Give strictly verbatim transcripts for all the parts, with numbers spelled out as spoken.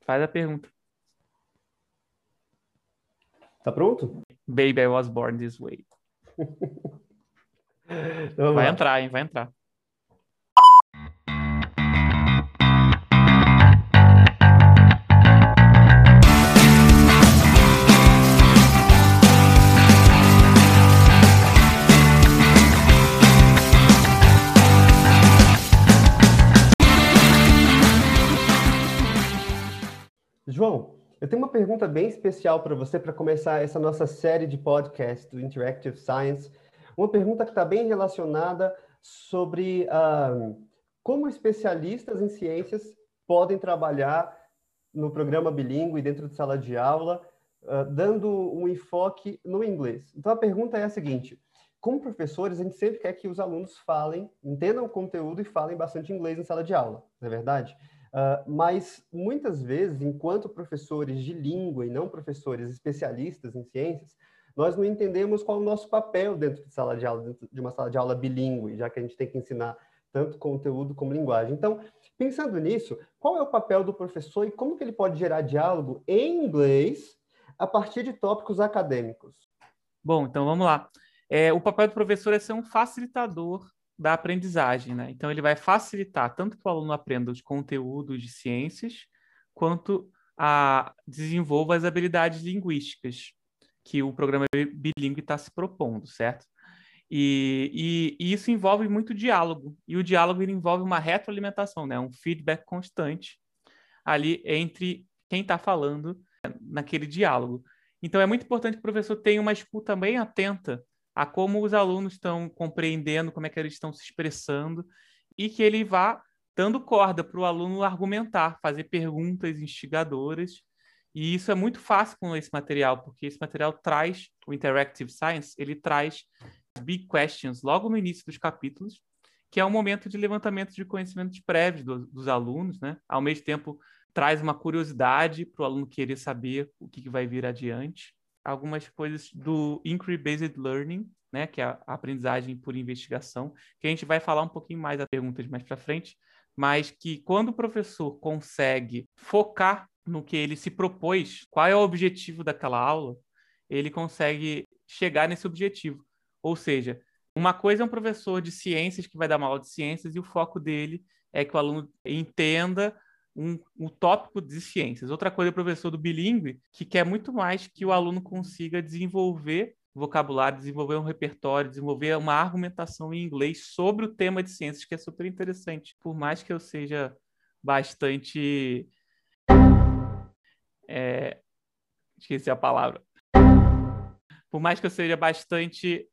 Faz a pergunta. Tá pronto? Baby, I was born this way. Então, vamos Vai lá. entrar, hein? Vai entrar. João, eu tenho uma pergunta bem especial para você para começar essa nossa série de podcast do Interactive Science. Uma pergunta que está bem relacionada sobre ah, como especialistas em ciências podem trabalhar no programa bilíngue dentro de sala de aula, ah, dando um enfoque no inglês. Então, a pergunta é a seguinte: como professores, a gente sempre quer que os alunos falem, entendam o conteúdo e falem bastante inglês em sala de aula, não é verdade? Uh, mas, muitas vezes, enquanto professores de língua e não professores especialistas em ciências, nós não entendemos qual é o nosso papel dentro de sala de aula, dentro de uma sala de aula bilíngue, já que a gente tem que ensinar tanto conteúdo como linguagem. Então, pensando nisso, qual é o papel do professor e como que ele pode gerar diálogo em inglês a partir de tópicos acadêmicos? Bom, então vamos lá. É, o papel do professor é ser um facilitador da aprendizagem, né? Então, ele vai facilitar tanto que o aluno aprenda os conteúdos de ciências, quanto a desenvolva as habilidades linguísticas que o programa bilíngue está se propondo, certo? E, e, e isso envolve muito diálogo. E o diálogo ele envolve uma retroalimentação, né? Um feedback constante ali entre quem está falando naquele diálogo. Então, é muito importante que o professor tenha uma escuta bem atenta a como os alunos estão compreendendo, como é que eles estão se expressando, e que ele vá dando corda para o aluno argumentar, fazer perguntas instigadoras. E isso é muito fácil com esse material, porque esse material traz, o Interactive Science, ele traz big questions logo no início dos capítulos, que é um momento de levantamento de conhecimentos prévios do, dos alunos, né? Ao mesmo tempo, traz uma curiosidade para o aluno querer saber o que, que vai vir adiante. Algumas coisas do Inquiry-Based Learning, né? Que é a aprendizagem por investigação, que a gente vai falar um pouquinho mais das perguntas mais para frente, mas que quando o professor consegue focar no que ele se propôs, qual é o objetivo daquela aula, ele consegue chegar nesse objetivo. Ou seja, uma coisa é um professor de ciências que vai dar uma aula de ciências e o foco dele é que o aluno entenda um, um tópico de ciências. Outra coisa é o professor do bilíngue, que quer muito mais que o aluno consiga desenvolver vocabulário, desenvolver um repertório, desenvolver uma argumentação em inglês sobre o tema de ciências, que é super interessante. Por mais que eu seja bastante... É, esqueci a palavra. Por mais que eu seja bastante...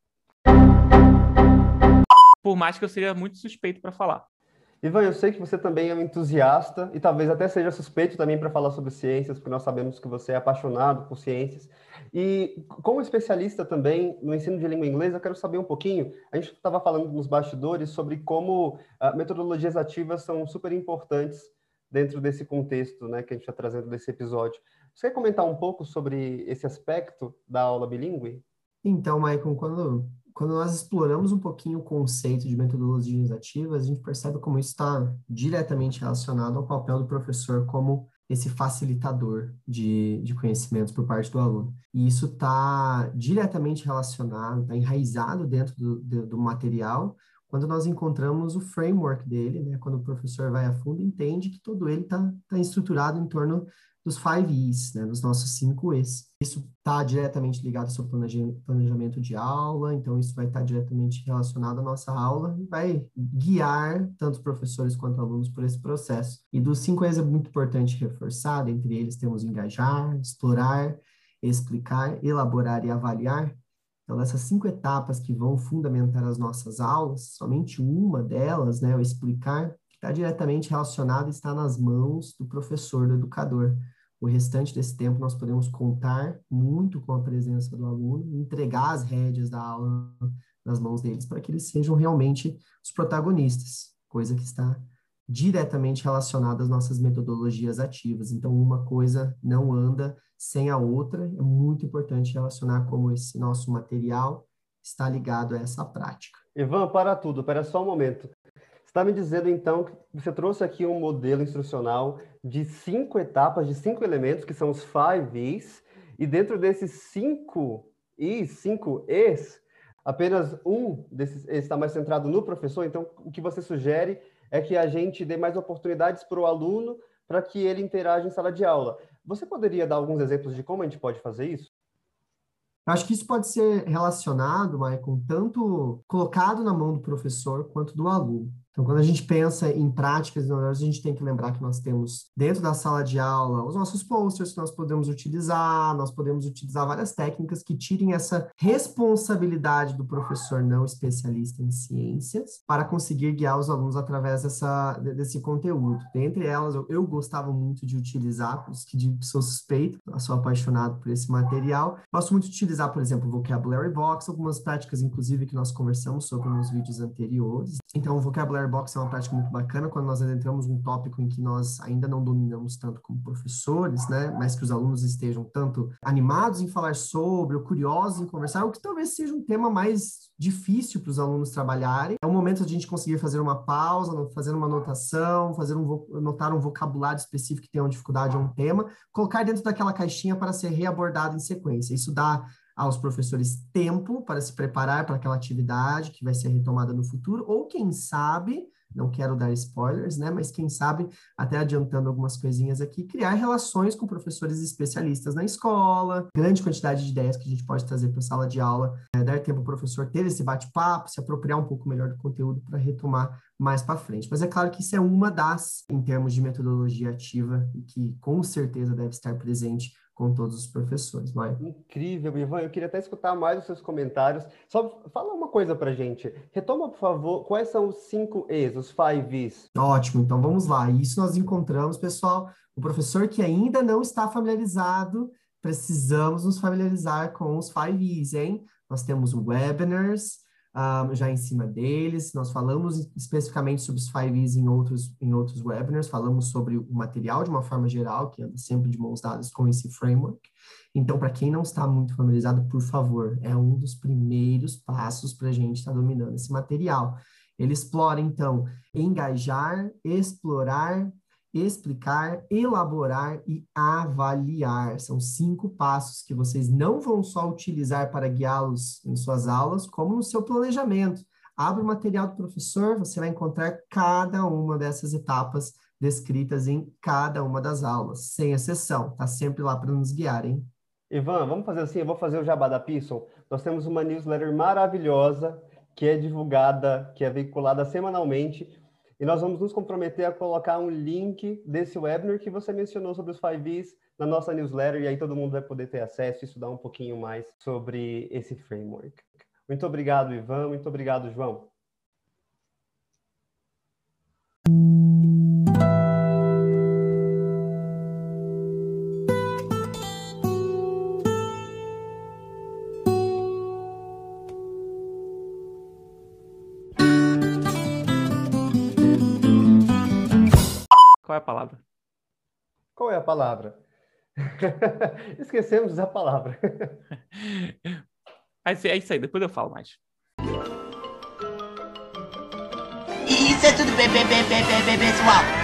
Por mais que eu seja muito suspeito para falar. Ivan, eu sei que você também é um entusiasta e talvez até seja suspeito também para falar sobre ciências, porque nós sabemos que você é apaixonado por ciências. E como especialista também no ensino de língua inglesa, eu quero saber um pouquinho, a gente estava falando nos bastidores sobre como uh, metodologias ativas são super importantes dentro desse contexto, né, que a gente está trazendo desse episódio. Você quer comentar um pouco sobre esse aspecto da aula bilíngue? Então, Maicon, quando, quando nós exploramos um pouquinho o conceito de metodologias ativas, a gente percebe como isso está diretamente relacionado ao papel do professor como esse facilitador de, de conhecimentos por parte do aluno. E isso está diretamente relacionado, está enraizado dentro do, do, do material, quando nós encontramos o framework dele, né? Quando o professor vai a fundo, entende que todo ele está tá estruturado em torno dos five E's, né? Dos nossos cinco E's. Isso está diretamente ligado ao seu planejamento de aula, então isso vai estar diretamente relacionado à nossa aula e vai guiar tanto os professores quanto alunos por esse processo. E dos cinco E's é muito importante reforçar, entre eles temos engajar, explorar, explicar, elaborar e avaliar. Então, nessas cinco etapas que vão fundamentar as nossas aulas, somente uma delas, né, o explicar, que está diretamente relacionada, está nas mãos do professor, do educador. O restante desse tempo nós podemos contar muito com a presença do aluno, entregar as rédeas da aula nas mãos deles para que eles sejam realmente os protagonistas, coisa que está diretamente relacionada às nossas metodologias ativas. Então, uma coisa não anda sem a outra. É muito importante relacionar como esse nosso material está ligado a essa prática. Ivan, para tudo, para só um momento. Você está me dizendo, então, que você trouxe aqui um modelo instrucional de cinco etapas, de cinco elementos, que são os five E's, e dentro desses cinco E's, cinco E's, apenas um desses está mais centrado no professor. Então, o que você sugere é que a gente dê mais oportunidades para o aluno para que ele interaja em sala de aula. Você poderia dar alguns exemplos de como a gente pode fazer isso? Eu acho que isso pode ser relacionado, Maicon, tanto colocado na mão do professor quanto do aluno. Então, quando a gente pensa em práticas, a gente tem que lembrar que nós temos dentro da sala de aula os nossos posters que nós podemos utilizar, nós podemos utilizar várias técnicas que tirem essa responsabilidade do professor não especialista em ciências para conseguir guiar os alunos através dessa, desse conteúdo. Dentre elas, eu, eu gostava muito de utilizar, por isso que digo que sou suspeito, eu sou apaixonado por esse material. Gosto muito de utilizar, por exemplo, o Vocabulary Box, algumas práticas, inclusive, que nós conversamos sobre nos vídeos anteriores. Então, o Vocabulary Box é uma prática muito bacana quando nós adentramos um tópico em que nós ainda não dominamos tanto como professores, né? Mas que os alunos estejam tanto animados em falar sobre, ou curiosos em conversar, o que talvez seja um tema mais difícil para os alunos trabalharem. É um momento de a gente conseguir fazer uma pausa, fazer uma anotação, fazer um, anotar um vocabulário específico que tenha uma dificuldade ou um tema, colocar dentro daquela caixinha para ser reabordado em sequência. Isso dá aos professores tempo para se preparar para aquela atividade que vai ser retomada no futuro, ou quem sabe, não quero dar spoilers, né, mas quem sabe, até adiantando algumas coisinhas aqui, criar relações com professores especialistas na escola, grande quantidade de ideias que a gente pode trazer para a sala de aula, é, dar tempo ao professor ter esse bate-papo, se apropriar um pouco melhor do conteúdo para retomar mais para frente. Mas é claro que isso é uma das, em termos de metodologia ativa, e que com certeza deve estar presente com todos os professores, Maia. Incrível, Ivan. Eu queria até escutar mais os seus comentários. Só fala uma coisa pra gente. Retoma, por favor, quais são os cinco E's, os five E's? Ótimo, então vamos lá. Isso nós encontramos, pessoal. O professor que ainda não está familiarizado, precisamos nos familiarizar com os five E's, hein? Nós temos webinars, Um, já em cima deles, nós falamos especificamente sobre os five E's em outros, em outros webinars, falamos sobre o material de uma forma geral, que anda sempre de mãos dadas com esse framework. Então, para quem não está muito familiarizado, por favor, é um dos primeiros passos para a gente estar dominando esse material. Ele explora, então, engajar, explorar, explicar, elaborar e avaliar. São cinco passos que vocês não vão só utilizar para guiá-los em suas aulas, como no seu planejamento. Abre o material do professor, você vai encontrar cada uma dessas etapas descritas em cada uma das aulas, sem exceção. Está sempre lá para nos guiar, hein? Ivan, vamos fazer assim, eu vou fazer o jabá da Pearson. Nós temos uma newsletter maravilhosa que é divulgada, que é veiculada semanalmente. E nós vamos nos comprometer a colocar um link desse webinar que você mencionou sobre os five E's na nossa newsletter, e aí todo mundo vai poder ter acesso e estudar um pouquinho mais sobre esse framework. Muito obrigado, Ivan. Muito obrigado, João. Qual é a palavra? Qual é a palavra? Esquecemos a palavra. É isso aí, depois eu falo mais. Isso é tudo bem, bem, bem, bem, bem, pessoal.